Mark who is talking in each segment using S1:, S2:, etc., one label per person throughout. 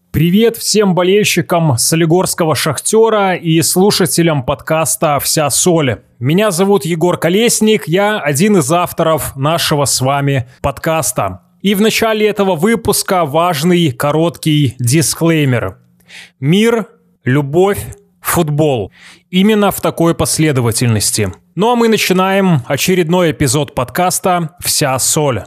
S1: Привет всем болельщикам солигорского «Шахтера» и слушателям подкаста «Вся соль». Меня зовут Егор Колесник, я один из авторов нашего с вами подкаста. И в начале этого выпуска важный короткий дисклеймер. Мир, любовь, футбол. Именно в такой последовательности. Ну а мы начинаем очередной эпизод подкаста «Вся соль».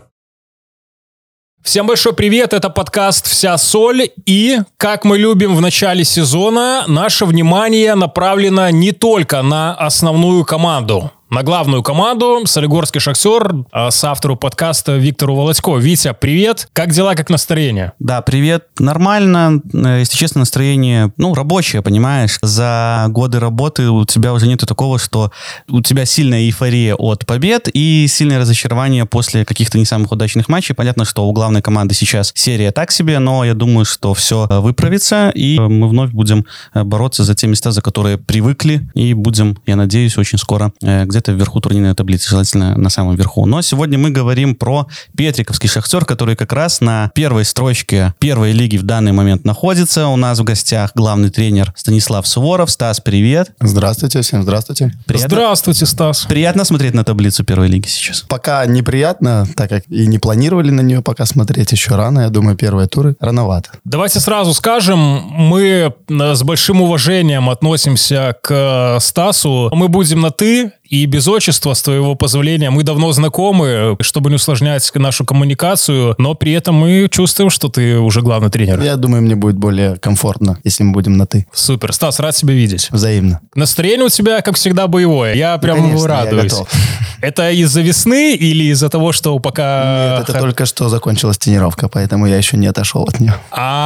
S1: Всем большой привет, это подкаст «Вся соль», и, как мы любим в начале сезона, наше внимание направлено не только на основную команду, на главную команду, солигорский «Шахтер», с автору подкаста Виктору Володько. Витя, привет, как дела, как настроение?
S2: Да, привет, нормально, если честно, настроение, рабочее, понимаешь, за годы работы у тебя уже нету такого, что у тебя сильная эйфория от побед и сильное разочарование после каких-то не самых удачных матчей. Понятно, что у главной команды сейчас серия так себе, но я думаю, что все выправится, и мы вновь будем бороться за те места, за которые привыкли, и будем, я надеюсь, очень скоро где-то вверху турнирной таблицы, желательно на самом верху. Но сегодня мы говорим про Петриковский «Шахтер», который как раз на первой строчке первой лиги в данный момент находится. У нас в гостях главный тренер Станислав Суворов. Стас, привет.
S3: Здравствуйте, всем здравствуйте.
S1: Здравствуйте, Стас.
S2: Приятно смотреть на таблицу первой лиги сейчас?
S3: Пока неприятно, так как и не планировали на нее пока смотреть, еще рано, я думаю, первые туры рановато.
S1: Давайте сразу скажем, мы с большим уважением относимся к Стасу. Мы будем на «ты», и без отчества, с твоего позволения, мы давно знакомы, чтобы не усложнять нашу коммуникацию, но при этом мы чувствуем, что ты уже главный тренер.
S3: Я думаю, мне будет более комфортно, если мы будем на «ты».
S1: Супер. Стас, рад тебя видеть.
S3: Взаимно.
S1: Настроение у тебя, как всегда, боевое. Я прям
S3: Конечно,
S1: радуюсь.
S3: я готов.
S1: Это из-за весны или из-за того, что пока...
S3: Нет, это только что закончилась тренировка, поэтому я еще не отошел от нее.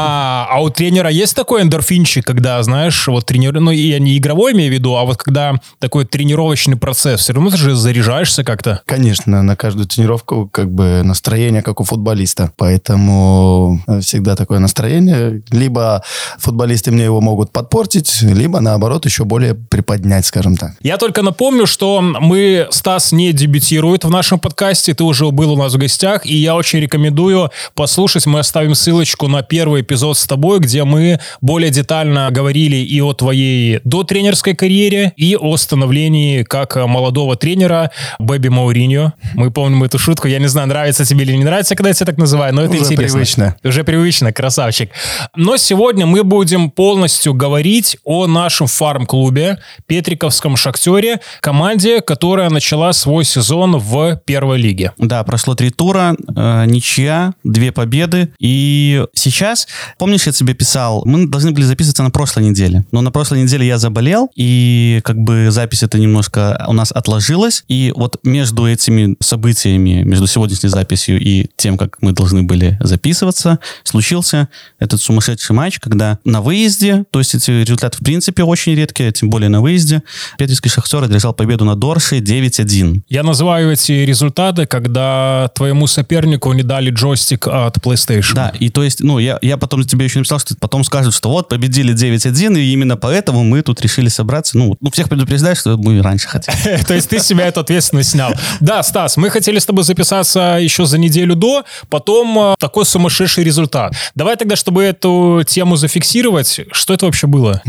S1: А у тренера есть такой эндорфинчик, когда, знаешь, вот тренер, я не игровой имею в виду, а вот когда такой тренировочный процесс, все равно ты же заряжаешься как-то.
S3: Конечно, на каждую тренировку как бы настроение, как у футболиста, поэтому всегда такое настроение. Либо футболисты мне его могут подпортить, либо наоборот еще более приподнять, скажем так.
S1: Я только напомню, что Стас не дебютирует в нашем подкасте, ты уже был у нас в гостях, и я очень рекомендую послушать, мы оставим ссылочку на первый эпизод с тобой, где мы более детально говорили и о твоей дотренерской карьере, и о становлении как молодого тренера Бэби Мауриньо. Мы помним эту шутку, я не знаю, нравится тебе или не нравится, когда я тебя так называю, но это
S3: уже
S1: интересно.
S3: Привычно.
S1: Уже привычно, красавчик. Но сегодня мы будем полностью говорить о нашем фарм-клубе, Петриковском «Шахтере», команде, которая начала свой сезон в первой лиге.
S2: Да, прошло 3 тура, ничья, 2 победы. И сейчас, помнишь, я тебе писал, мы должны были записываться на прошлой неделе. Но на прошлой неделе я заболел, и как бы запись это немножко у нас отложилась. И вот между этими событиями, между сегодняшней записью и тем, как мы должны были записываться, случился этот сумасшедший матч, когда на выезде, то есть эти результаты в принципе очень редкие, тем более на выезде, Петриковский «Шахтер» одержал победу над Оршей 9-1.
S1: Я называю эти результаты, когда твоему сопернику не дали джойстик от PlayStation.
S2: Да, и то есть, я потом тебе еще написал, что потом скажут, что вот, победили 9-1, и именно поэтому мы тут решили собраться. Всех предупреждаю, что мы раньше хотели.
S1: То есть ты с себя эту ответственность снял. Да, Стас, мы хотели с тобой записаться еще за неделю до, потом такой сумасшедший результат. Давай тогда, чтобы эту тему зафиксировать, что это вообще было?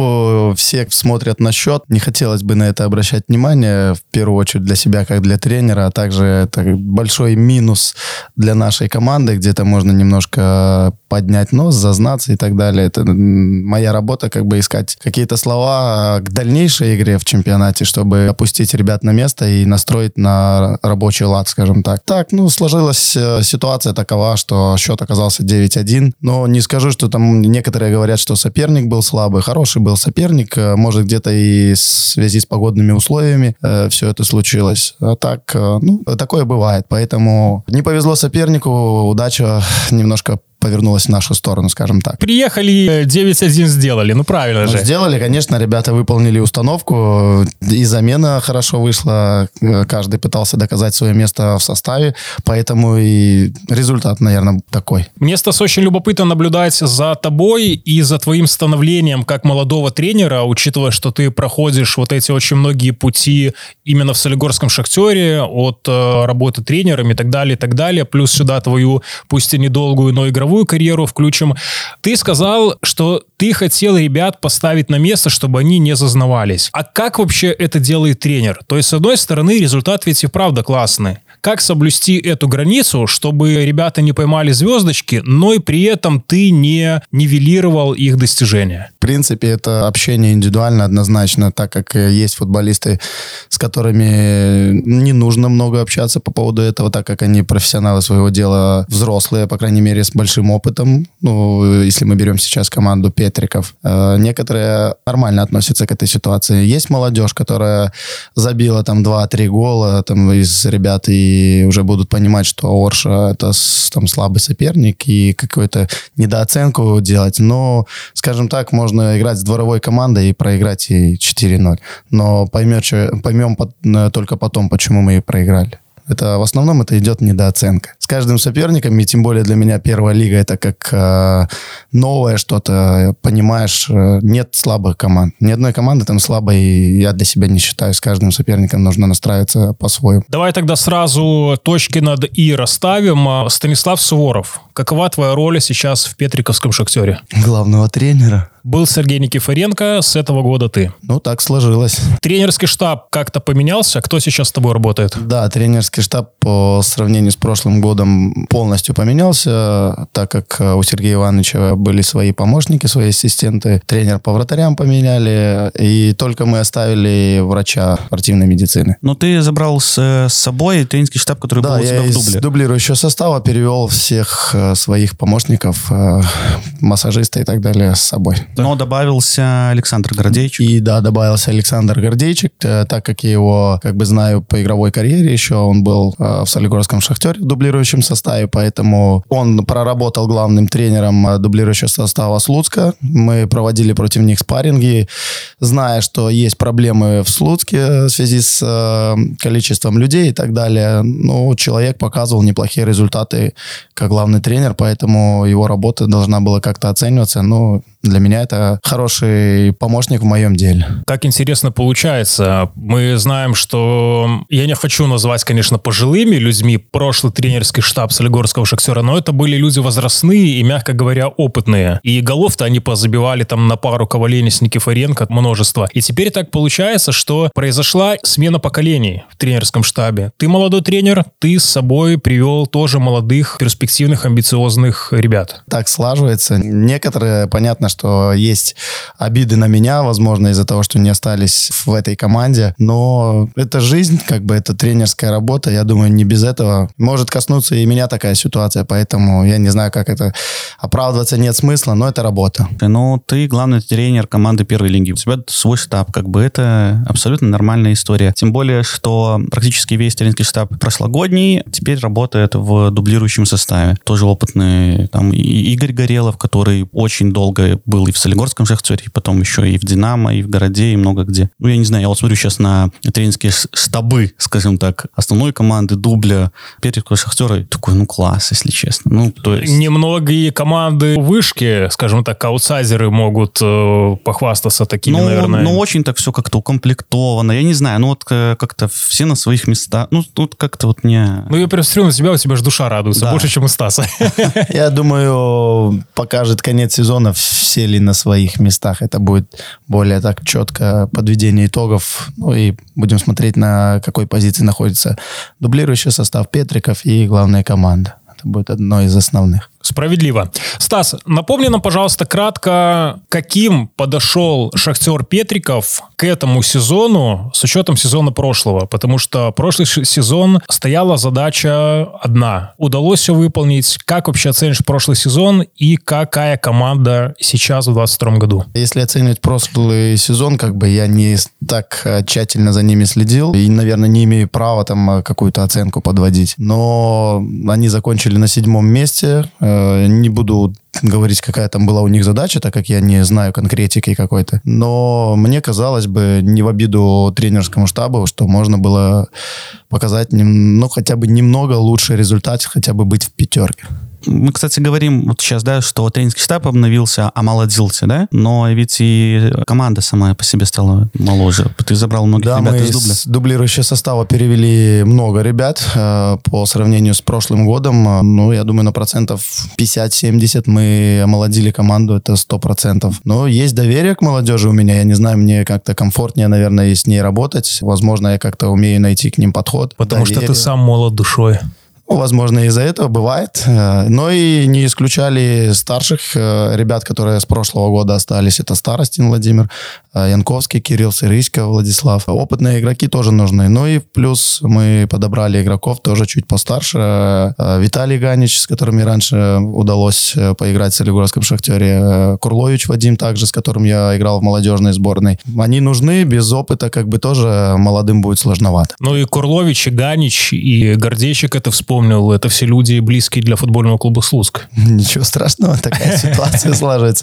S3: Все смотрят на счет. Не хотелось бы на это обращать внимание, в первую очередь для себя, как для тренера, а также это большой минус для нашей команды, где-то можно немножко поднять нос, зазнаться и так далее. Это моя работа, искать какие-то слова к дальнейшей игре в чемпионате, чтобы опустить ребят на место и настроить на рабочий лад, скажем так. Сложилась ситуация такова, что счет оказался 9-1, но не скажу, что там некоторые говорят, что соперник был слабый, хороший был соперник, может где-то и в связи с погодными условиями все это случилось. А так, такое бывает, поэтому не повезло сопернику, удача немножко повернулась в нашу сторону, скажем так.
S1: Приехали, 9-1 сделали, правильно же.
S3: Сделали, конечно, ребята выполнили установку, и замена хорошо вышла, каждый пытался доказать свое место в составе, поэтому и результат, наверное, такой.
S1: Мне, Стас, очень любопытно наблюдать за тобой и за твоим становлением как молодого тренера, учитывая, что ты проходишь вот эти очень многие пути именно в солигорском «Шахтере», от работы тренером и так далее, плюс сюда твою, пусть и недолгую, но игровую твою карьеру включим. Ты сказал, что ты хотел ребят поставить на место, чтобы они не зазнавались. А как вообще это делает тренер? То есть, с одной стороны, результат ведь и правда классный. Как соблюсти эту границу, чтобы ребята не поймали звездочки, но и при этом ты не нивелировал их достижения?
S3: В принципе, это общение индивидуально однозначно, так как есть футболисты, с которыми не нужно много общаться по поводу этого, так как они профессионалы своего дела, взрослые, по крайней мере, с большим опытом. Ну, если мы берем сейчас команду Петриков, некоторые нормально относятся к этой ситуации. Есть молодежь, которая забила там 2-3 гола там, из ребят и уже будут понимать, что Орша это там слабый соперник и какую-то недооценку делать. Но, скажем так, можно играть с дворовой командой и проиграть ей 4-0. Но поймем только потом, почему мы и проиграли. Это в основном это идет недооценка. С каждым соперником, и тем более для меня первая лига это как новое что-то, понимаешь, нет слабых команд. Ни одной команды там слабой я для себя не считаю. С каждым соперником нужно настраиваться по-своему.
S1: Давай тогда сразу точки над «и» расставим. Станислав Суворов, какова твоя роль сейчас в Петриковском «Шахтере»?
S3: Главного тренера.
S1: Был Сергей Никифоренко, с этого года ты.
S3: Ну, так сложилось.
S1: Тренерский штаб как-то поменялся? Кто сейчас с тобой работает?
S3: Да, тренерский штаб по сравнению с прошлым годом полностью поменялся, так как у Сергея Ивановича были свои помощники, свои ассистенты. Тренер по вратарям поменяли, и только мы оставили врача спортивной медицины.
S2: Но ты забрал с собой тренерский штаб, который был у тебя в дубле.
S3: Да, я из дублирующего состава перевел всех своих помощников, массажиста и так далее с собой.
S2: Но добавился Александр Гордейчик.
S3: И да, добавился Александр Гордейчик, так как я его знаю по игровой карьере еще, он был в Солигорском «Шахтере» в дублирующем составе, поэтому он проработал главным тренером дублирующего состава Слуцка. Мы проводили против них спарринги, зная, что есть проблемы в Слуцке в связи с количеством людей и так далее. Но человек показывал неплохие результаты как главный тренер, поэтому его работа должна была как-то оцениваться. Но для меня это хороший помощник в моем деле.
S1: Как интересно получается. Мы знаем, что я не хочу назвать, конечно, пожилыми людьми прошлый тренерский штаб Солигорского «Шахтера», но это были люди возрастные и, мягко говоря, опытные. И голов-то они позабивали там на пару Ковалений с Никифоренко множество. И теперь так получается, что произошла смена поколений в тренерском штабе. Ты молодой тренер, ты с собой привел тоже молодых, перспективных, амбициозных ребят.
S3: Так слаживается. Некоторые, понятно, что есть обиды на меня, возможно, из-за того, что не остались в этой команде. Но это жизнь, это тренерская работа. Я думаю, не без этого может коснуться и меня такая ситуация. Поэтому я не знаю, как это оправдываться, нет смысла, но это работа.
S2: Ну, ты главный тренер команды первой лиги. У тебя свой штаб, это абсолютно нормальная история. Тем более, что практически весь тренерский штаб прошлогодний теперь работает в дублирующем составе. Тоже опытный там и Игорь Горелов, который очень долго был и в Солигорском «Шахтере», и потом еще и в «Динамо», и в «Городе», и много где. Ну, я не знаю, я вот смотрю сейчас на тренерские штабы, скажем так, основной команды, дубля, Петрикова «Шахтера», такой, класс, если честно. Ну, то есть...
S1: Немногие команды вышки, скажем так, аутсайдеры могут похвастаться такими, наверное.
S2: Ну, очень так все как-то укомплектовано. Я не знаю, как-то все на своих местах. Как-то не...
S1: Я прям смотрю на тебя, у тебя же душа радуется, да. Больше, чем у Стаса.
S3: Я думаю, покажет конец сезона, все ли на своих местах. Это будет более так четко подведение итогов. И будем смотреть, на какой позиции находится дублирующий состав Петриков и главная команда. Это будет одно из основных.
S1: Справедливо. Стас, напомни нам, пожалуйста, кратко, каким подошел «Шахтер» Петриков к этому сезону с учетом сезона прошлого, потому что прошлый сезон стояла задача одна. Удалось все выполнить. Как вообще оценишь прошлый сезон и какая команда сейчас в 2022 году?
S3: Если оценивать прошлый сезон, я не так тщательно за ними следил и, наверное, не имею права там какую-то оценку подводить. Но они закончили на 7-м месте. Не буду говорить, какая там была у них задача, так как я не знаю конкретики какой-то. Но мне казалось бы, не в обиду тренерскому штабу, что можно было показать хотя бы немного лучший результат, хотя бы быть в пятерке.
S2: Мы, кстати, говорим вот сейчас, да, что тренерский штаб обновился, омолодился, да? Но ведь и команда сама по себе стала моложе. Ты забрал многих ребят из дубля.
S3: Из дублирующего состава перевели много ребят по сравнению с прошлым годом. Ну, я думаю, на процентов 50-70 мы омолодили команду, это 100%. Но есть доверие к молодежи у меня. Я не знаю, мне как-то комфортнее, наверное, с ней работать. Возможно, я как-то умею найти к ним подход.
S1: Потому что ты сам молод душой.
S3: Ну, возможно, из-за этого бывает. Но и не исключали старших ребят, которые с прошлого года остались. Это Старостин Владимир, Янковский Кирилл, Сырыська Владислав. Опытные игроки тоже нужны. Ну и плюс мы подобрали игроков тоже чуть постарше. Виталий Ганич, с которым мне раньше удалось поиграть в Солигорском «Шахтере». Курлович Вадим также, с которым я играл в молодежной сборной. Они нужны, без опыта как бы тоже молодым будет сложновато.
S1: Ну и Курлович, и Ганич, и Гордейчик это вспомнил. Это все люди, близкие для футбольного клуба «Слуцк».
S3: Ничего страшного, такая ситуация сложится.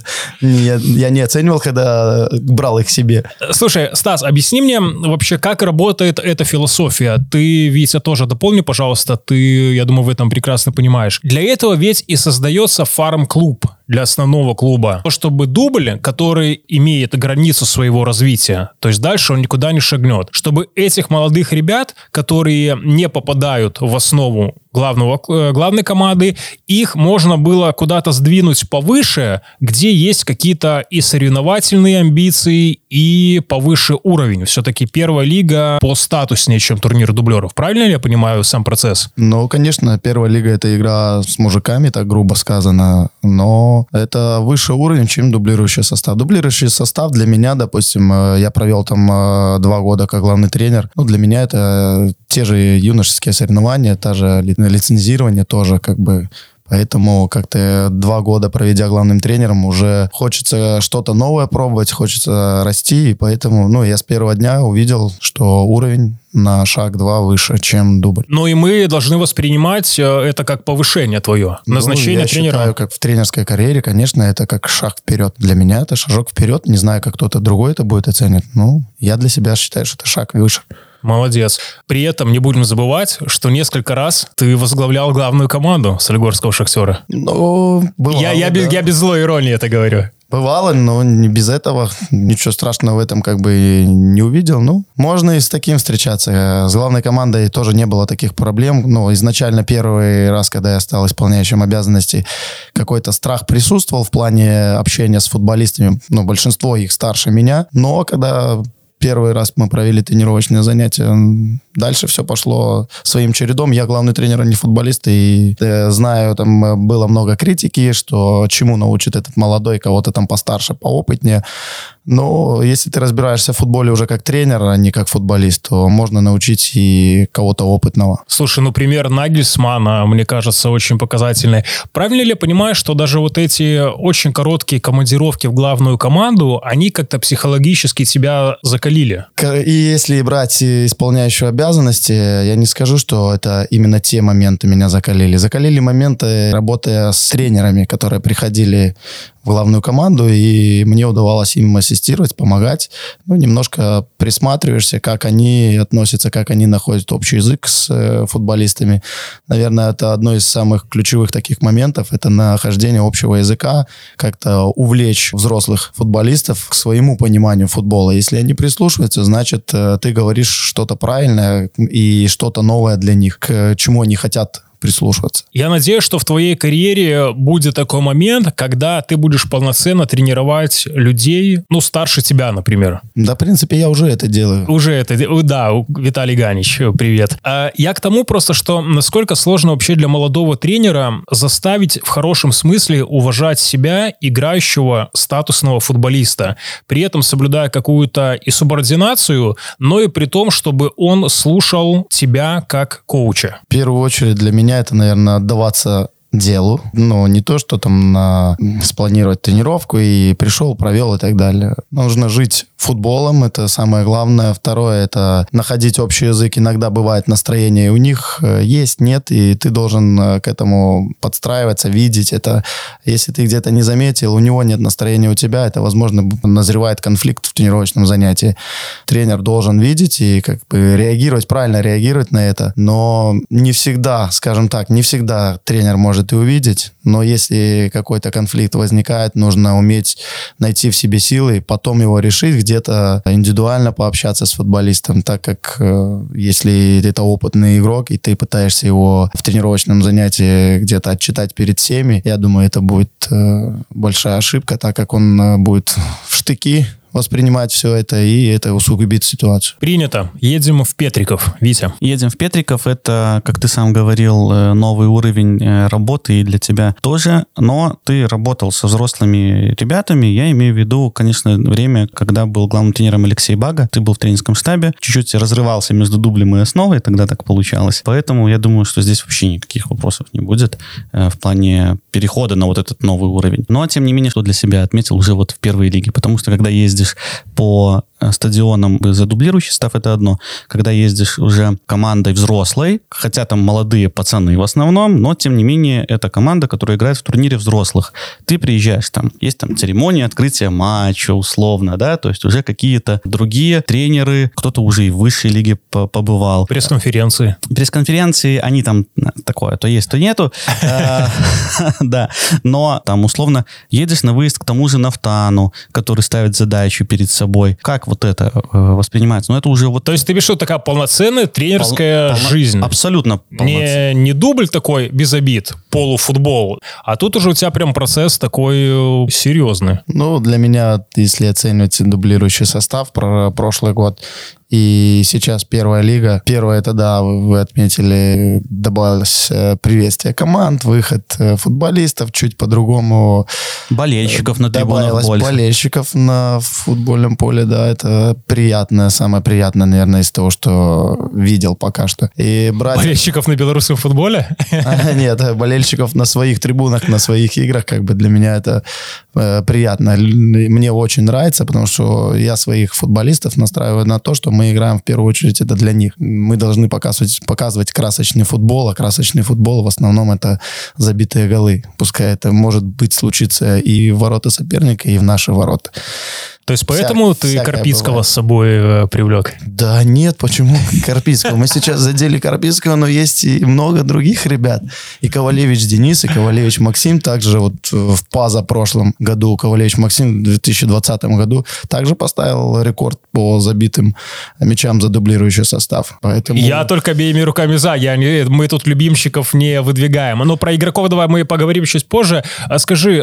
S3: Я не оценивал, когда брал их себе.
S1: Слушай, Стас, объясни мне вообще, как работает эта философия. Ты, Витя, тоже дополни, пожалуйста. Ты, я думаю, в этом прекрасно понимаешь. Для этого ведь и создается фарм-клуб для основного клуба. Чтобы дубль, который имеет границу своего развития, то есть дальше он никуда не шагнет, чтобы этих молодых ребят, которые не попадают в основу главной команды, их можно было куда-то сдвинуть повыше, где есть какие-то и соревновательные амбиции, и повыше уровень. Все-таки первая лига постатуснее, чем турнир дублеров. Правильно ли я понимаю сам процесс?
S3: Ну, конечно, первая лига — это игра с мужиками, так грубо сказано, но это выше уровень, чем дублирующий состав. Дублирующий состав для меня, допустим, я провел там 2 года как главный тренер. Ну, для меня это те же юношеские соревнования, та же лицензирование тоже как бы. Поэтому как-то 2 года, проведя главным тренером, уже хочется что-то новое пробовать, хочется расти. И поэтому, я с первого дня увидел, что уровень на шаг 2 выше, чем дубль.
S1: Ну и мы должны воспринимать это как повышение твое, назначение тренера.
S3: Я считаю, как в тренерской карьере, конечно, это как шаг вперед. Для меня это шажок вперед. Не знаю, как кто-то другой это будет оценивать. Я для себя считаю, что это шаг выше.
S1: Молодец. При этом не будем забывать, что несколько раз ты возглавлял главную команду Солигорского «Шахтера».
S3: Бывало,
S1: я без злой иронии это говорю.
S3: Бывало, но не без этого. Ничего страшного в этом как бы не увидел. Можно и с таким встречаться. С главной командой тоже не было таких проблем. Изначально первый раз, когда я стал исполняющим обязанности, какой-то страх присутствовал в плане общения с футболистами. Большинство их старше меня. Но когда первый раз мы провели тренировочные занятия, дальше все пошло своим чередом. Я главный тренер, а не футболист, и знаю, там было много критики, что чему научит этот молодой, кого-то там постарше, поопытнее. Но если ты разбираешься в футболе уже как тренер, а не как футболист, то можно научить и кого-то опытного.
S1: Слушай, пример Нагельсмана, мне кажется, очень показательный. Правильно ли я понимаю, что даже вот эти очень короткие командировки в главную команду, они как-то психологически тебя закалили?
S3: И если брать исполняющую обязанности, я не скажу, что это именно те моменты меня закалили. Закалили моменты, работая с тренерами, которые приходили в главную команду, и мне удавалось им ассистировать, помогать. Немножко присматриваешься, как они относятся, как они находят общий язык с футболистами. Наверное, это одно из самых ключевых таких моментов, это нахождение общего языка, как-то увлечь взрослых футболистов к своему пониманию футбола. Если они прислушиваются, значит, ты говоришь что-то правильное и что-то новое для них, к чему они хотят прислушиваться.
S1: Я надеюсь, что в твоей карьере будет такой момент, когда ты будешь полноценно тренировать людей, старше тебя, например.
S3: Да, в принципе, я уже это делаю.
S1: Да, Виталий Ганич, привет. Я к тому просто, что насколько сложно вообще для молодого тренера заставить в хорошем смысле уважать себя, играющего статусного футболиста, при этом соблюдая какую-то и субординацию, но и при том, чтобы он слушал тебя как коуча.
S3: В первую очередь для меня это, наверное, отдаваться делу, не то, что там спланировать тренировку и пришел, провел и так далее. Нужно жить футболом, это самое главное. Второе, это находить общий язык. Иногда бывает настроение у них есть, нет, и ты должен к этому подстраиваться, видеть это. Если ты где-то не заметил, у него нет настроения у тебя, это, возможно, назревает конфликт в тренировочном занятии. Тренер должен видеть и реагировать, правильно реагировать на это, но не всегда, скажем так, не всегда тренер может может и увидеть, но если какой-то конфликт возникает, нужно уметь найти в себе силы, потом его решить, где-то индивидуально пообщаться с футболистом, так как если это опытный игрок, и ты пытаешься его в тренировочном занятии где-то отчитать перед всеми, я думаю, это будет большая ошибка, так как он будет в штыки воспринимать все это, и это усугубит ситуацию.
S1: Принято. Едем в Петриков. Витя.
S2: Едем в Петриков. Это, как ты сам говорил, новый уровень работы и для тебя тоже. Но ты работал со взрослыми ребятами. Я имею в виду, конечно, время, когда был главным тренером Алексей Бага. Ты был в тренерском штабе. Чуть-чуть разрывался между дублем и основой. Тогда так получалось. Поэтому я думаю, что здесь вообще никаких вопросов не будет в плане перехода на вот этот новый уровень. Но, тем не менее, что для себя отметил уже вот в первой лиге. Потому что, когда ездишь по стадионам за дублирующий состав, это одно. Когда ездишь уже командой взрослой, хотя там молодые пацаны в основном, но, тем не менее, это команда, которая играет в турнире взрослых. Ты приезжаешь, там есть там церемония открытия матча, условно, да, то есть уже какие-то другие тренеры, кто-то уже и в высшей лиге побывал.
S1: Пресс-конференции.
S2: Пресс-конференции, они там такое, то есть, то нету. Да, но там условно едешь на выезд к тому же Нафтану, который ставит задачу перед собой. Как вот это воспринимается? Ну, это уже вот...
S1: То есть ты видишь, что такая полноценная тренерская жизнь.
S2: Абсолютно полноценная.
S1: Не дубль такой без обид, полуфутбол, а тут уже у тебя прям процесс такой серьезный.
S3: Ну, для меня, если оценивать дублирующий состав про прошлый год, и сейчас первая лига. Первая, это да, вы отметили, добавилось приветствие команд, выход футболистов, чуть по-другому.
S2: Болельщиков на трибунах больше.
S3: Добавилось болельщиков на футбольном поле, да, это приятное, самое приятное, наверное, из того, что видел пока что. И
S1: болельщиков на белорусском футболе?
S3: Нет, болельщиков на своих трибунах, на своих играх, как бы для меня это приятно. Мне очень нравится, потому что я своих футболистов настраиваю на то, что мы играем в первую очередь это для них. Мы должны показывать красочный футбол, а красочный футбол в основном это забитые голы. Пускай это может быть случится и в ворота соперника, и в наши ворота.
S1: То есть поэтому ты Карпицкого бывает. С собой привлек?
S3: Да нет, почему Карпицкого? Мы сейчас задели Карпицкого, но есть и много других ребят. И Ковалевич Денис, и Ковалевич Максим. Также вот в позапрошлом году Ковалевич Максим в 2020 году также поставил рекорд по забитым мячам за дублирующий состав. Поэтому...
S1: Я только обеими руками за. Мы тут любимчиков не выдвигаем. Но про игроков давай мы поговорим чуть позже. Скажи,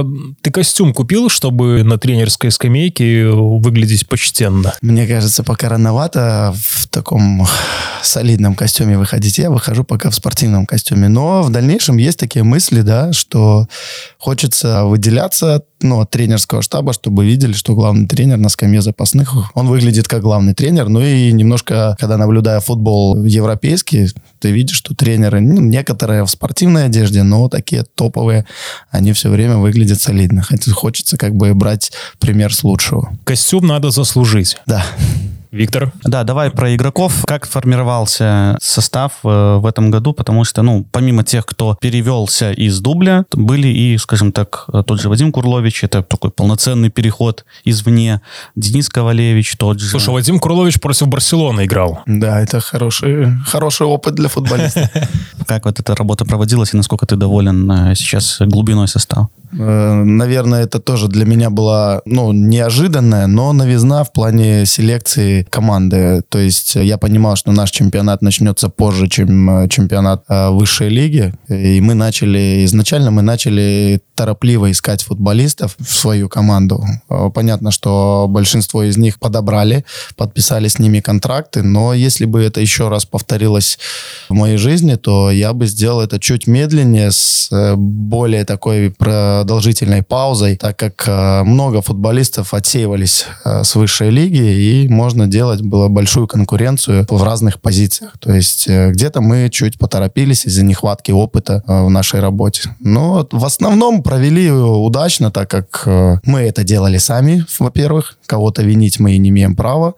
S1: ты костюм купил, чтобы на тренерской скамейке выглядеть почтенно?
S3: Мне кажется, пока рановато в таком солидном костюме выходить. Я выхожу пока в спортивном костюме. Но в дальнейшем есть такие мысли, да, что хочется выделяться от тренерского штаба, чтобы видели, что главный тренер на скамье запасных, он выглядит как главный тренер. Ну и немножко, когда наблюдая футбол европейский, ты видишь, что тренеры, некоторые в спортивной одежде, но такие топовые, они все время выглядят солидно. Хотя хочется как бы брать пример с лучшего.
S1: Костюм надо заслужить.
S3: Да.
S1: Виктор?
S2: Да, давай про игроков. Как формировался состав в этом году? Потому что, помимо тех, кто перевелся из дубля, были и, скажем так, тот же Вадим Курлович, это такой полноценный переход извне. Денис Ковалевич тот же.
S1: Слушай, Вадим Курлович против Барселоны играл.
S3: Да, это хороший опыт для футболиста.
S2: Как вот эта работа проводилась и насколько ты доволен сейчас глубиной состава?
S3: Наверное, это тоже для меня была, неожиданная, но новизна в плане селекции команды. То есть я понимал, что наш чемпионат начнется позже, чем чемпионат высшей лиги. И изначально мы начали торопливо искать футболистов в свою команду. Понятно, что большинство из них подобрали, подписали с ними контракты, но если бы это еще раз повторилось в моей жизни, то я бы сделал это чуть медленнее, с более такой продолжительной паузой, так как много футболистов отсеивались с высшей лиги, и можно делать было большую конкуренцию в разных позициях. То есть где-то мы чуть поторопились из-за нехватки опыта в нашей работе. Но в основном провели удачно, так как мы это делали сами, во-первых. Кого-то винить мы и не имеем права.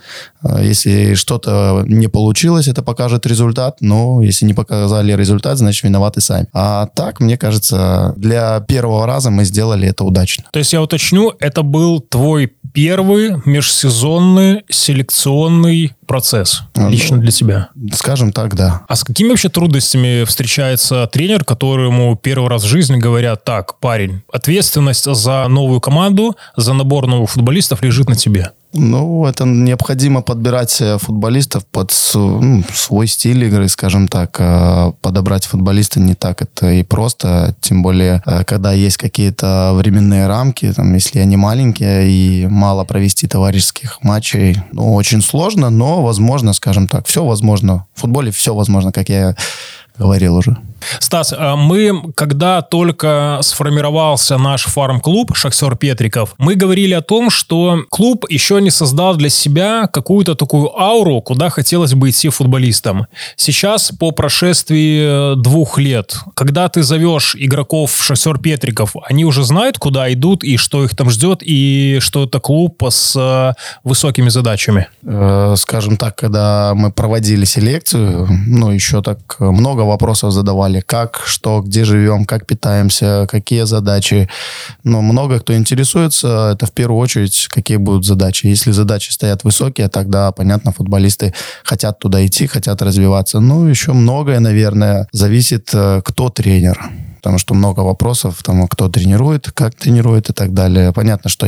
S3: Если что-то не получилось, это покажет результат. Но если не показали результат, значит, виноваты сами. А так, мне кажется, для первого раза мы сделали это удачно.
S1: То есть я уточню, это был твой первый межсезонный селекционный процесс лично для тебя?
S3: Скажем так, да.
S1: А с какими вообще трудностями встречается тренер, которому первый раз в жизни говорят: так, парень, ответственность за новую команду, за набор новых футболистов лежит на тебе?
S3: Ну, это необходимо подбирать футболистов под свой стиль игры, скажем так. Подобрать футболиста не так это и просто, тем более, когда есть какие-то временные рамки, там, если они маленькие и мало провести товарищеских матчей, ну, очень сложно, но возможно, скажем так, все возможно. В футболе все возможно, как я говорил уже.
S1: Стас, мы, когда только сформировался наш фарм-клуб «Шахтер Петриков», мы говорили о том, что клуб еще не создал для себя какую-то такую ауру, куда хотелось бы идти футболистам. Сейчас, по прошествии 2 лет, когда ты зовешь игроков в «Шахтер Петриков», они уже знают, куда идут и что их там ждет, и что это клуб с высокими задачами?
S3: Скажем так, когда мы проводили селекцию, ну, еще так много вопросов задавали. Как, что, где живем, как питаемся, какие задачи. Но много кто интересуется, это в первую очередь, какие будут задачи. Если задачи стоят высокие, тогда, понятно, футболисты хотят туда идти, хотят развиваться. Ну, еще многое, наверное, зависит, кто тренер. Потому что много вопросов, там, кто тренирует, как тренирует и так далее. Понятно, что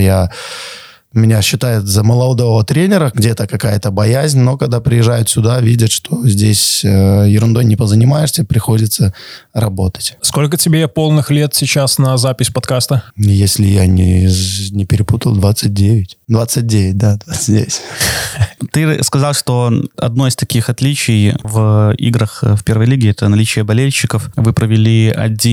S3: меня считают за молодого тренера, где-то какая-то боязнь, но когда приезжают сюда, видят, что здесь ерундой не позанимаешься, приходится работать.
S1: Сколько тебе полных лет сейчас на запись подкаста?
S3: Если я не перепутал, 29. 29, да, 29.
S2: Ты сказал, что одно из таких отличий в играх в первой лиге — это наличие болельщиков. Вы провели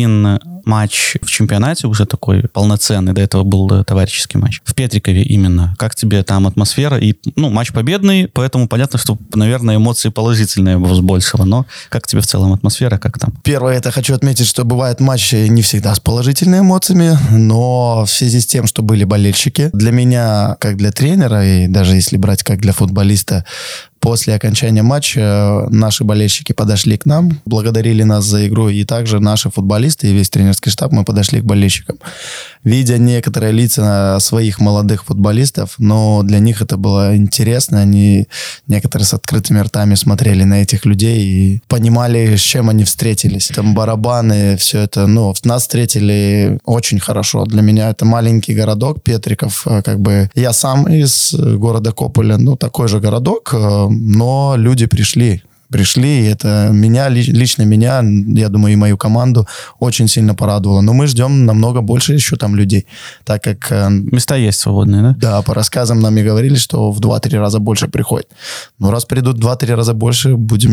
S2: 1 матч в чемпионате, уже такой полноценный, до этого был товарищеский матч. В Петрикове именно. Как тебе там атмосфера? И, матч победный, поэтому понятно, что, наверное, эмоции положительные с большего. Но как тебе в целом атмосфера, как там?
S3: Первое, это хочу отметить, что бывают матчи не всегда с положительными эмоциями, но в связи с тем, что были болельщики, для меня, как для тренера, и даже если брать как для футболиста, после окончания матча наши болельщики подошли к нам, благодарили нас за игру, и также наши футболисты и весь тренерский штаб, мы подошли к болельщикам. Видя некоторые лица своих молодых футболистов, но для них это было интересно, они некоторые с открытыми ртами смотрели на этих людей и понимали, с чем они встретились. Там барабаны, все это, нас встретили очень хорошо. Для меня это маленький городок Петриков, как бы я сам из города Кополя, такой же городок, но люди пришли, и это лично меня, я думаю, и мою команду очень сильно порадовало. Но мы ждем намного больше еще там людей, так как...
S2: Места есть свободные, да?
S3: Да, по рассказам нам и говорили, что в 2-3 раза больше приходит. Но раз придут 2-3 раза больше,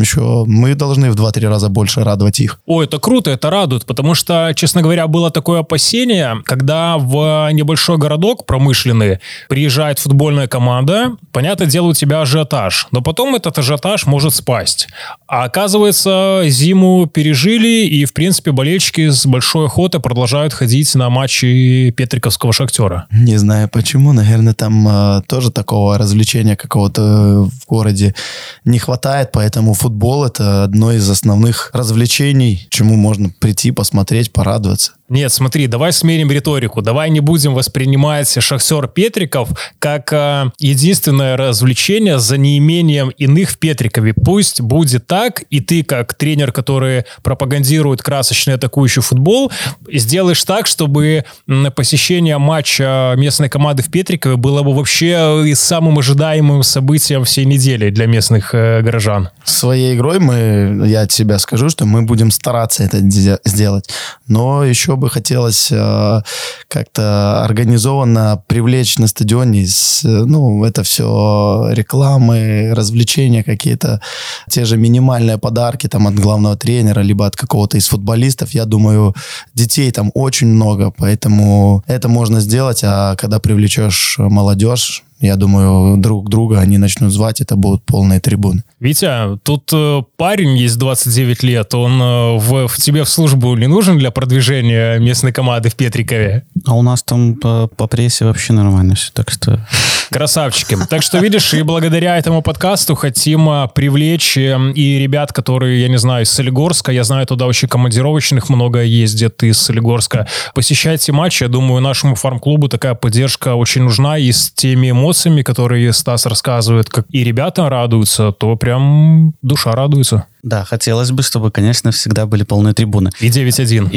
S3: мы должны в 2-3 раза больше радовать их.
S1: Ой, это круто, это радует, потому что, честно говоря, было такое опасение, когда в небольшой городок промышленный приезжает футбольная команда, понятное дело, у тебя ажиотаж, но потом этот ажиотаж может спасть. А оказывается, зиму пережили, и, в принципе, болельщики с большой охотой продолжают ходить на матчи Петриковского «Шахтера».
S3: Не знаю почему, наверное, там тоже такого развлечения какого-то в городе не хватает, поэтому футбол — это одно из основных развлечений, чему можно прийти, посмотреть, порадоваться.
S1: Нет, смотри, давай сменим риторику. Давай не будем воспринимать «Шахтер Петриков» как единственное развлечение за неимением иных в Петрикове. Пусть будет так, и ты, как тренер, который пропагандирует красочный атакующий футбол, сделаешь так, чтобы посещение матча местной команды в Петрикове было бы вообще самым ожидаемым событием всей недели для местных горожан.
S3: Своей игрой я от себя скажу, что мы будем стараться это сделать. Но еще бы хотелось как-то организованно привлечь на стадионе, это все рекламы, развлечения какие-то, те же минимальные подарки там от главного тренера, либо от какого-то из футболистов. Я думаю, детей там очень много, поэтому это можно сделать, а когда привлечешь молодежь, я думаю, друг друга они начнут звать, это будут полные трибуны.
S1: Витя, тут парень есть 29 лет, он в тебе в службу не нужен для продвижения местной команды в Петрикове?
S2: А у нас там по прессе вообще нормально все, так что...
S1: Красавчики. Так что, видишь, и благодаря этому подкасту хотим привлечь и ребят, которые, я не знаю, из Солигорска, я знаю, туда очень командировочных много ездят из Солигорска. Посещайте матчи, я думаю, нашему фарм-клубу такая поддержка очень нужна, и с теми эмоциями, которые Стас рассказывает, как и ребята радуются, то прям душа радуется.
S2: Да, хотелось бы, чтобы, конечно, всегда были полные трибуны.
S1: И 9-1.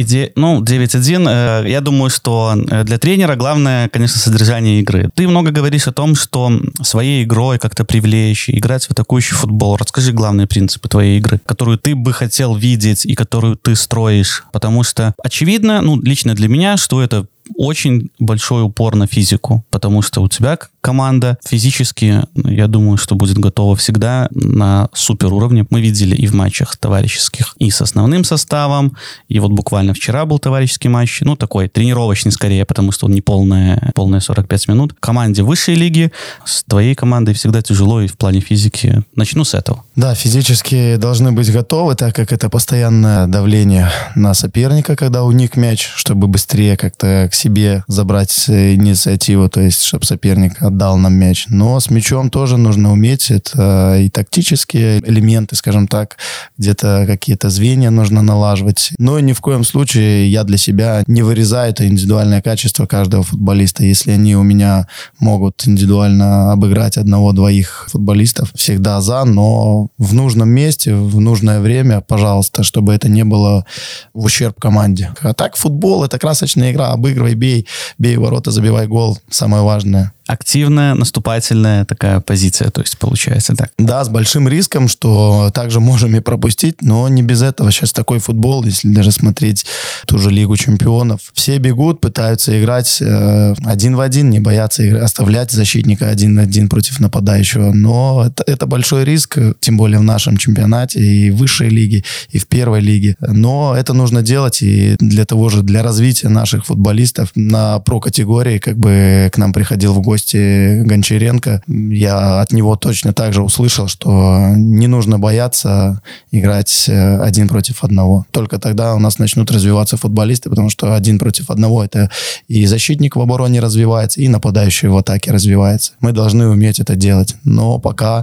S2: 9-1. Я думаю, что для тренера главное, конечно, содержание игры. Ты много говоришь о том, что своей игрой как-то привлечь, играть в атакующий футбол. Расскажи главные принципы твоей игры, которую ты бы хотел видеть и которую ты строишь. Потому что очевидно, лично для меня, что это очень большой упор на физику, потому что у тебя команда физически, я думаю, что будет готова всегда на супер уровне. Мы видели и в матчах товарищеских, и с основным составом, и вот буквально вчера был товарищеский матч, такой тренировочный скорее, потому что он не полные 45 минут. Команде высшей лиги с твоей командой всегда тяжело и в плане физики. Начну с этого.
S3: Да, физически должны быть готовы, так как это постоянное давление на соперника, когда у них мяч, чтобы быстрее как-то к себе забрать инициативу, то есть чтобы соперник отдал нам мяч. Но с мячом тоже нужно уметь. Это и тактические элементы, скажем так, где-то какие-то звенья нужно налаживать. Но ни в коем случае я для себя не вырезаю это индивидуальное качество каждого футболиста. Если они у меня могут индивидуально обыграть одного-двоих футболистов, всегда за, но в нужном месте, в нужное время, пожалуйста, чтобы это не было в ущерб команде. А так футбол — это красочная игра. Обыгрывай, бей в ворота, забивай гол. Самое важное.
S2: Активная, наступательная такая позиция, то есть получается так.
S3: Да, с большим риском, что также можем и пропустить, но не без этого. Сейчас такой футбол, если даже смотреть ту же Лигу чемпионов. Все бегут, пытаются играть один в один, не боятся оставлять защитника один на один против нападающего. Но это большой риск, тем более в нашем чемпионате, и в высшей лиге, и в первой лиге. Но это нужно делать, и для развития наших футболистов на про-категории к нам приходил в гости Гончаренко. Я от него точно так же услышал, что не нужно бояться играть один против одного. Только тогда у нас начнут развиваться футболисты, потому что один против одного — это и защитник в обороне развивается, и нападающий в атаке развивается. Мы должны уметь это делать. Но пока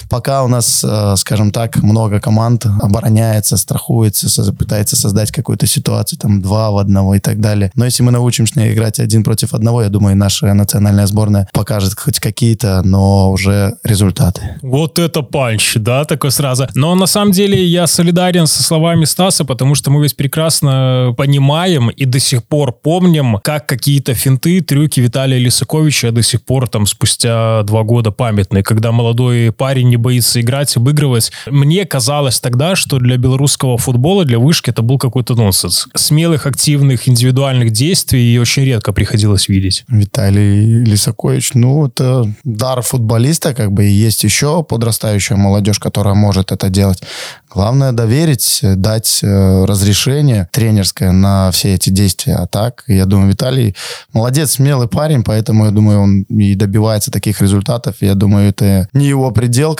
S3: у нас, скажем так, много команд обороняется, страхуется, пытается создать какую-то ситуацию, 2 в 1 и так далее. Но если мы научимся играть один против одного, я думаю, наша национальная сборная покажет хоть какие-то, но уже результаты.
S1: Вот это панч, да, такой сразу. Но на самом деле я солидарен со словами Стаса, потому что мы ведь прекрасно понимаем и до сих пор помним, как какие-то финты, трюки Виталия Лисаковича до сих пор спустя 2 года памятные, когда молодой парень не боится играть, обыгрывать. Мне казалось тогда, что для белорусского футбола, для вышки это был какой-то нонсенс. Смелых, активных, индивидуальных действий очень редко приходилось видеть.
S3: Виталий Лисакович, это дар футболиста, и есть еще подрастающая молодежь, которая может это делать. Главное доверить, дать разрешение тренерское на все эти действия. А так, я думаю, Виталий молодец, смелый парень, поэтому, я думаю, он и добивается таких результатов. Я думаю, это не его предел,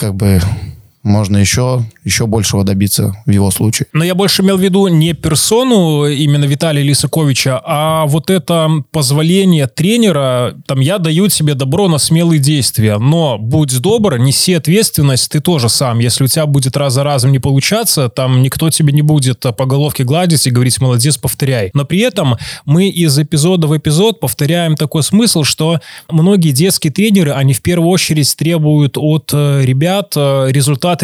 S3: можно еще большего добиться в его случае.
S1: Но я больше имел в виду не персону именно Виталия Лисаковича, а вот это позволение тренера, я даю тебе добро на смелые действия, но будь добр, неси ответственность ты тоже сам. Если у тебя будет раз за разом не получаться, никто тебе не будет по головке гладить и говорить: молодец, повторяй. Но при этом мы из эпизода в эпизод повторяем такой смысл, что многие детские тренеры, они в первую очередь требуют от ребят результат.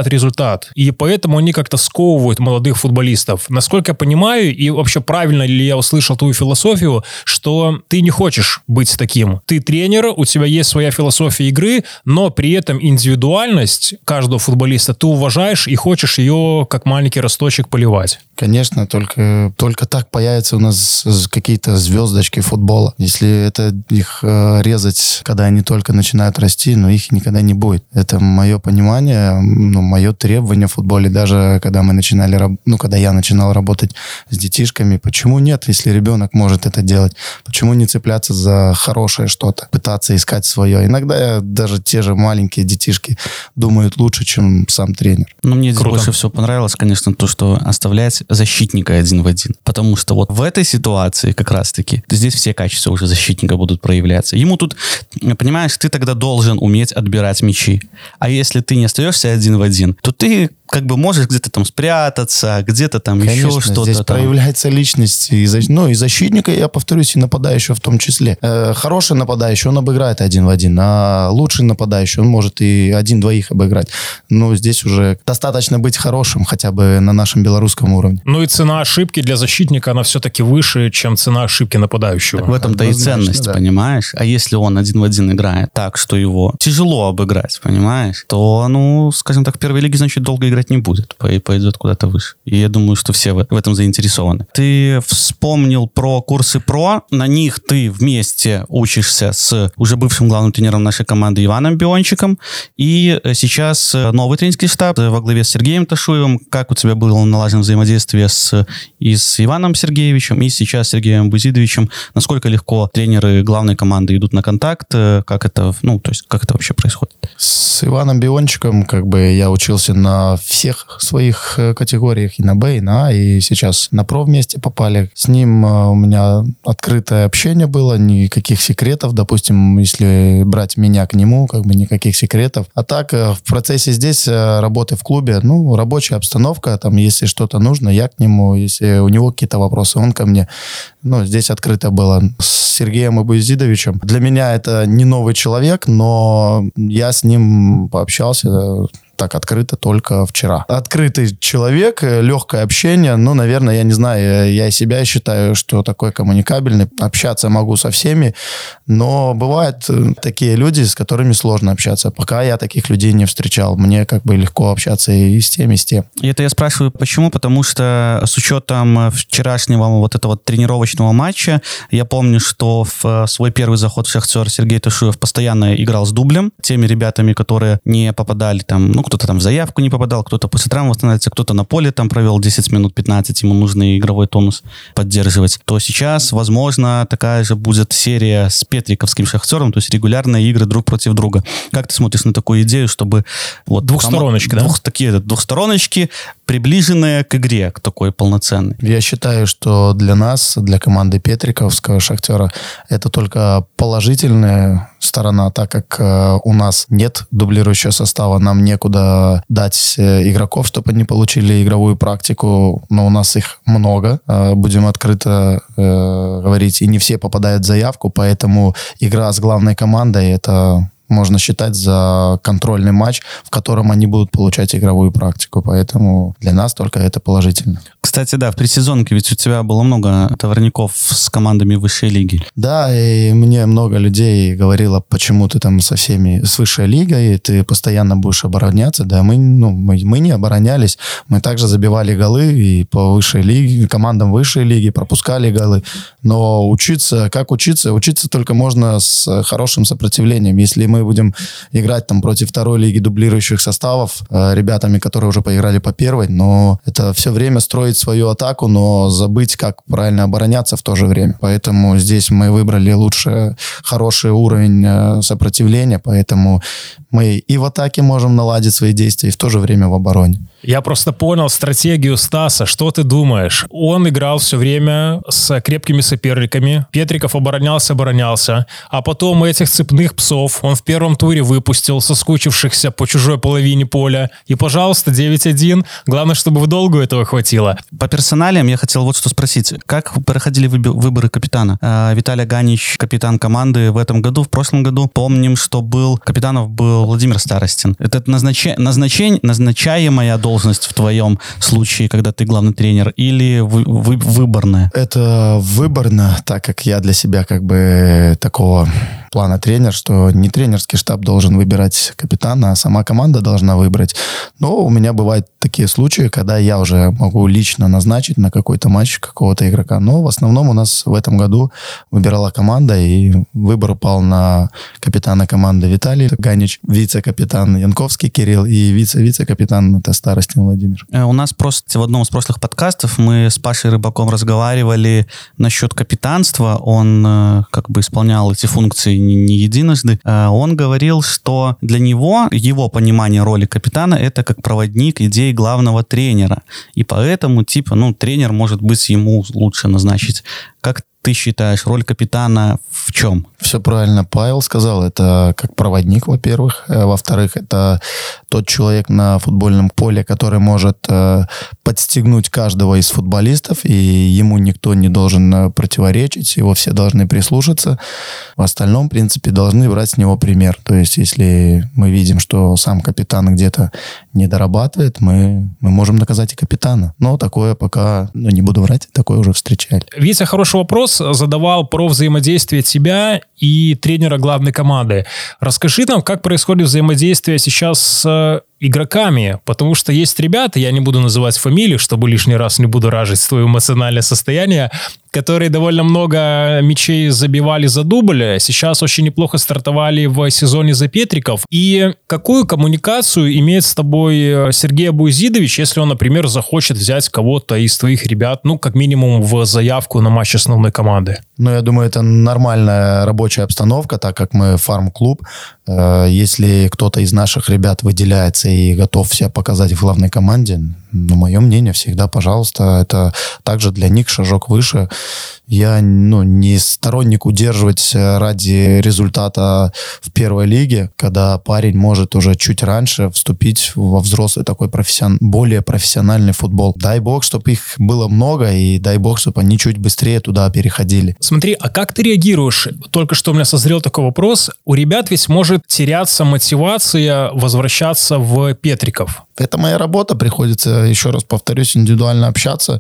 S1: И поэтому они как-то сковывают молодых футболистов. Насколько я понимаю, и вообще правильно ли я услышал твою философию, что ты не хочешь быть таким. Ты тренер, у тебя есть своя философия игры, но при этом индивидуальность каждого футболиста ты уважаешь и хочешь ее, как маленький росточек, поливать.
S3: Конечно, только так появятся у нас какие-то звездочки футбола. Если это их резать, когда они только начинают расти, их никогда не будет. Это мое понимание. мое требование в футболе, даже когда когда я начинал работать с детишками, почему нет, если ребенок может это делать? Почему не цепляться за хорошее что-то, пытаться искать свое? Иногда даже те же маленькие детишки думают лучше, чем сам тренер.
S2: Но мне здесь больше всего понравилось, конечно, то, что оставлять защитника один в один. Потому что вот в этой ситуации как раз-таки здесь все качества уже защитника будут проявляться. Ему тут, понимаешь, ты тогда должен уметь отбирать мячи. А если ты не остаешься один в один, то ты как бы можешь где-то там спрятаться, где-то там
S3: Конечно,
S2: еще что-то.
S3: Здесь проявляется личность и защитника, я повторюсь, и нападающего в том числе. Хороший нападающий, он обыграет один в один, а лучший нападающий, он может и один-двоих обыграть. Но здесь уже достаточно быть хорошим, хотя бы на нашем белорусском уровне.
S1: Ну и цена ошибки для защитника, она все-таки выше, чем цена ошибки нападающего.
S2: Так в этом-то и ценность, да. Понимаешь? А если он один в один играет так, что его тяжело обыграть, понимаешь, то, скажем так, в первой лиге, значит, долго играть не будет, пойдет куда-то выше. И я думаю, что все в этом заинтересованы. Ты вспомнил про курсы ПРО, на них ты вместе учишься с уже бывшим главным тренером нашей команды Иваном Биончиком, и сейчас новый тренерский штаб во главе с Сергеем Ташуевым. Как у тебя было налажено взаимодействие с Иваном Сергеевичем и сейчас с Сергеем Бузидовичем? Насколько легко тренеры главной команды идут на контакт? Как это вообще происходит?
S3: С Иваном Биончиком я учился на всех своих категориях, и на Б, и на А, и сейчас на ПРО вместе попали. С ним у меня открытое общение было, никаких секретов, допустим, если брать меня к нему, никаких секретов. А так, в процессе здесь работы в клубе, рабочая обстановка, там, если что-то нужно, я к нему, если у него какие-то вопросы, он ко мне. Здесь открыто было. С Сергеем Бузидовичем. Для меня это не новый человек, но я с ним пообщался так открыто только вчера. Открытый человек, легкое общение, наверное, я не знаю, я себя считаю, что такой коммуникабельный, общаться могу со всеми, но бывают такие люди, с которыми сложно общаться. Пока я таких людей не встречал, мне легко общаться и с тем, и с тем.
S2: И это я спрашиваю, почему? Потому что с учетом вчерашнего этого тренировочного матча, я помню, что в свой первый заход в «Шахтер» Сергей Ташуев постоянно играл с дублем, теми ребятами, которые не попадали кто-то там в заявку не попадал, кто-то после травмы восстанавливается, кто-то на поле там провел 10 минут, 15, ему нужно игровой тонус поддерживать, то сейчас, возможно, такая же будет серия с петриковским «Шахтером», то есть регулярные игры друг против друга. Как ты смотришь на такую идею, чтобы...
S1: Двухстороночки, да?
S2: Такие двухстороночки, приближенные к игре, к такой полноценной.
S3: Я считаю, что для нас, для команды петриковского «Шахтера», это только положительная сторона, так как у нас нет дублирующего состава, нам некуда дать игроков, чтобы они получили игровую практику, но у нас их много, будем открыто говорить, и не все попадают в заявку, поэтому игра с главной командой — это можно считать за контрольный матч, в котором они будут получать игровую практику. Поэтому для нас только это положительно.
S2: Кстати, да, в предсезонке ведь у тебя было много товарников с командами высшей лиги.
S3: Да, и мне много людей говорило, почему ты там со всеми с высшей лигой, ты постоянно будешь обороняться. Да, мы не оборонялись, мы также забивали голы и по высшей лиге, командам высшей лиги пропускали голы. Но учиться только можно с хорошим сопротивлением. Если мы будем играть там против второй лиги дублирующих составов, ребятами, которые уже поиграли по первой, но это все время строить свою атаку, но забыть, как правильно обороняться в то же время. Поэтому здесь мы выбрали лучше хороший уровень сопротивления, поэтому мы и в атаке можем наладить свои действия, и в то же время в обороне.
S1: Я просто понял стратегию Стаса. Что ты думаешь? Он играл все время с крепкими соперниками. Петриков оборонялся. А потом этих цепных псов он в первом туре выпустил, соскучившихся по чужой половине поля. И, пожалуйста, 9-1. Главное, чтобы в долгу этого хватило.
S2: По персоналиям я хотел вот что спросить. Как проходили выборы капитана? Виталий Ганич, капитан команды в этом году. В прошлом году помним, что капитаном был Владимир Старостин. Это назначаемая должность в твоем случае, когда ты главный тренер, или выборная?
S3: Это выборно, так как я для себя такого плана тренер, что не тренерский штаб должен выбирать капитана, а сама команда должна выбрать. Но у меня бывают такие случаи, когда я уже могу лично назначить на какой-то матч какого-то игрока. Но в основном у нас в этом году выбирала команда, и выбор упал на капитана команды Виталий Ганич, вице-капитан Янковский Кирилл и вице-капитан это Старостин Владимир.
S2: У нас просто в одном из прошлых подкастов мы с Пашей Рыбаком разговаривали насчет капитанства. Он как бы исполнял эти функции не единожды. Он говорил, что для него, его понимание роли капитана, это как проводник идей главного тренера. И поэтому, тренер, может быть, ему лучше назначить. Как ты считаешь, роль капитана в чем?
S3: Все правильно Павел сказал. Это как проводник, во-первых. Во-вторых, это тот человек на футбольном поле, который может подстегнуть каждого из футболистов, и ему никто не должен противоречить, его все должны прислушаться. В остальном, в принципе, должны брать с него пример. То есть, если мы видим, что сам капитан где-то не дорабатывает, мы можем наказать и капитана. Но такое пока, не буду врать, такое уже встречали.
S1: Витя хороший вопрос задавал про взаимодействие тебя и тренера главной команды. Расскажи нам, как происходит взаимодействие сейчас с игроками, потому что есть ребята, я не буду называть фамилии, чтобы лишний раз не будоражить твое эмоциональное состояние, которые довольно много мячей забивали за дубль, сейчас очень неплохо стартовали в сезоне за Петриков. И какую коммуникацию имеет с тобой Сергей Абуизидович, если он, например, захочет взять кого-то из твоих ребят, как минимум в заявку на матч основной команды?
S3: Я думаю, это нормальная рабочая обстановка, так как мы фарм-клуб. Если кто-то из наших ребят выделяется и готов себя показать в главной команде, мое мнение всегда, пожалуйста, это также для них шажок выше. Я не сторонник удерживать ради результата в первой лиге, когда парень может уже чуть раньше вступить во взрослый такой более профессиональный футбол. Дай бог, чтобы их было много, и дай бог, чтобы они чуть быстрее туда переходили.
S1: Смотри, а как ты реагируешь? Только что у меня созрел такой вопрос. У ребят ведь может теряться мотивация возвращаться в Петриков.
S3: Это моя работа, приходится, еще раз повторюсь, индивидуально общаться.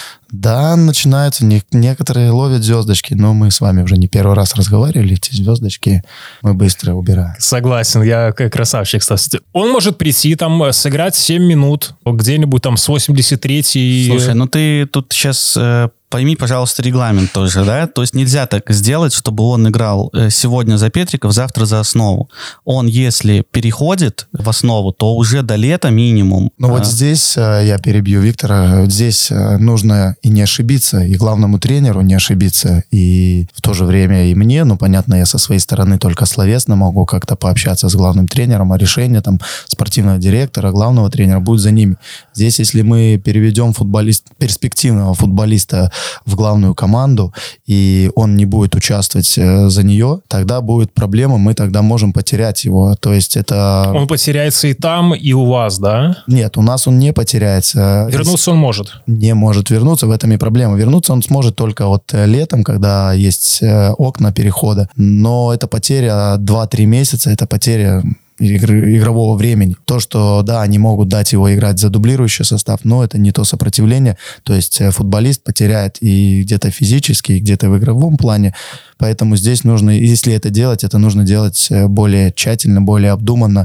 S3: Да, начинаются, некоторые ловят звездочки, но мы с вами уже не первый раз разговаривали, эти звездочки мы быстро убираем.
S1: Согласен, я красавчик, кстати. Он может прийти, сыграть 7 минут, где-нибудь с 83-й...
S2: Слушай, ты тут сейчас... Пойми, пожалуйста, регламент тоже, да? То есть нельзя так сделать, чтобы он играл сегодня за Петриков, завтра за основу. Он, если переходит в основу, то уже до лета минимум.
S3: Вот здесь я перебью Виктора. Здесь нужно и не ошибиться, и главному тренеру не ошибиться, и в то же время и мне. Понятно, я со своей стороны только словесно могу как-то пообщаться с главным тренером, а решение спортивного директора, главного тренера будет за ними. Здесь, если мы переведем перспективного футболиста в главную команду, и он не будет участвовать за нее, тогда будет проблема, мы тогда можем потерять его. То есть это...
S1: Он потеряется и там, и у вас, да?
S3: Нет, у нас он не потеряется.
S1: Вернуться он может?
S3: Не может вернуться, в этом и проблема. Вернуться он сможет только летом, когда есть окна перехода. Но это потеря 2-3 месяца, это потеря игрового времени. То, что, да, они могут дать его играть за дублирующий состав, но это не то сопротивление. То есть футболист потеряет и где-то физически, и где-то в игровом плане. Поэтому здесь нужно, если это делать, это нужно делать более тщательно, более обдуманно,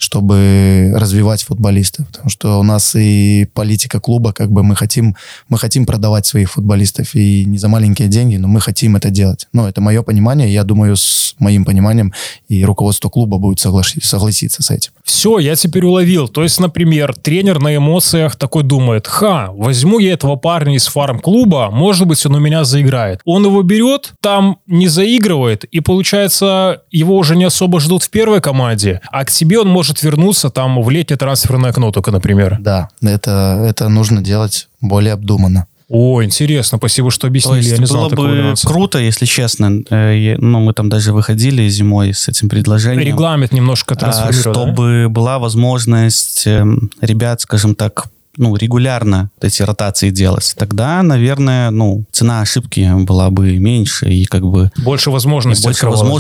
S3: чтобы развивать футболистов. Потому что у нас и политика клуба, мы хотим продавать своих футболистов и не за маленькие деньги, но мы хотим это делать. Это мое понимание, я думаю, с моим пониманием и руководство клуба будет согласиться с этим.
S1: Все, я теперь уловил. То есть, например, тренер на эмоциях такой думает: возьму я этого парня из фарм-клуба, может быть, он у меня заиграет. Он его берет, там не заигрывает, и получается, его уже не особо ждут в первой команде, а к себе он может вернуться в летнее трансферное окно только, например.
S3: Да, это нужно делать более обдуманно.
S1: О, интересно, спасибо, что объяснили. Я не знал такого
S2: нюанса. Было бы круто, если честно. Мы там даже выходили зимой с этим предложением.
S1: Регламент немножко трансформировать.
S2: Чтобы была возможность ребят, скажем так, регулярно эти ротации делать, тогда, наверное, цена ошибки была бы меньше и как бы...
S1: Больше возможностей.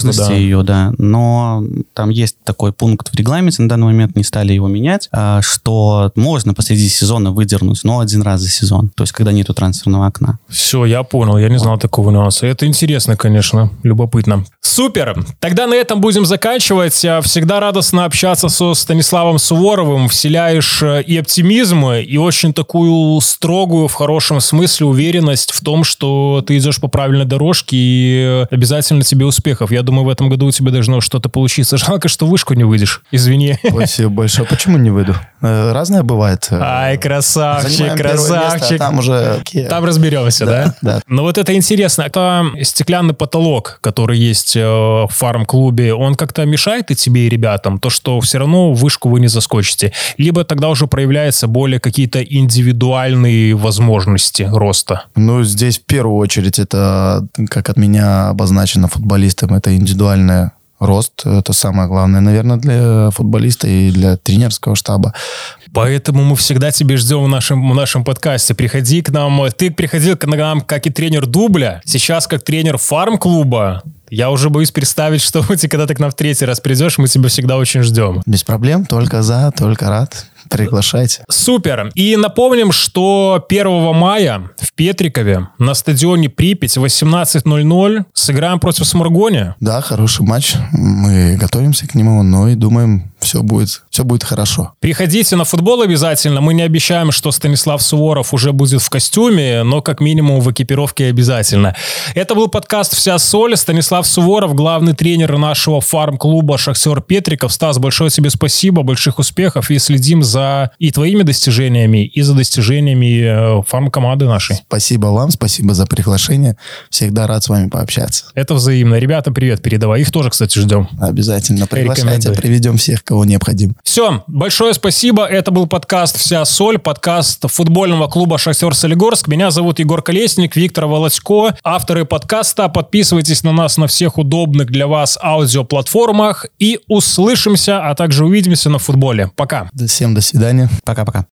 S2: Ее, да. Но там есть такой пункт в регламенте, на данный момент не стали его менять, что можно посреди сезона выдернуть, но один раз за сезон. То есть, когда нету трансферного окна.
S1: Все, я понял, я не знал такого нюанса. Это интересно, конечно, любопытно. Супер! Тогда на этом будем заканчивать. Всегда радостно общаться со Станиславом Суворовым. Вселяешь и оптимизм, и очень такую строгую, в хорошем смысле, уверенность в том, что ты идешь по правильной дорожке, и обязательно тебе успехов. Я думаю, в этом году у тебя должно что-то получиться. Жалко, что вышку не выйдешь. Извини.
S3: Спасибо большое. Почему не выйду? Разное бывает.
S1: Ай, красавчик, красавчик.
S3: Место, там уже...
S1: Там разберемся, да?
S3: Да.
S1: Но вот это интересно. Это стеклянный потолок, который есть в фарм-клубе, он как-то мешает и тебе, и ребятам? То, что все равно в вышку вы не заскочите? Либо тогда уже проявляются более какие-то индивидуальные возможности роста?
S3: Здесь в первую очередь это, как от меня обозначено футболистам, это индивидуальный рост. Это самое главное, наверное, для футболиста и для тренерского штаба.
S1: Поэтому мы всегда тебя ждем в нашем подкасте. Приходи к нам. Ты приходил к нам как и тренер дубля, сейчас как тренер фарм-клуба. Я уже боюсь представить, что ты, когда ты к нам в третий раз придешь, мы тебя всегда очень ждем.
S3: Без проблем, только рад. Приглашайте.
S1: Супер. И напомним, что 1 мая в Петрикове на стадионе Припять 18:00 сыграем против Сморгони.
S3: Да, хороший матч. Мы готовимся к нему, но и думаем, все будет хорошо.
S1: Приходите на футбол обязательно. Мы не обещаем, что Станислав Суворов уже будет в костюме, но как минимум в экипировке обязательно. Это был подкаст «Вся соль». Станислав Суворов, главный тренер нашего фарм-клуба «Шахтер Петриков». Стас, большое тебе спасибо, больших успехов, и следим за и твоими достижениями, и за достижениями фарм-команды нашей.
S3: Спасибо вам, спасибо за приглашение. Всегда рад с вами пообщаться.
S1: Это взаимно. Ребята, привет передавай. Их тоже, кстати, ждем.
S3: Обязательно приглашайте, приведем всех, кого необходим.
S1: Все, большое спасибо. Это был подкаст «Вся соль», подкаст футбольного клуба «Шахтер Солигорск». Меня зовут Егор Колесник, Виктор Володько, авторы подкаста. Подписывайтесь на нас на всех удобных для вас аудиоплатформах и услышимся, а также увидимся на футболе. Пока.
S3: Всем до свидания.
S2: Пока-пока.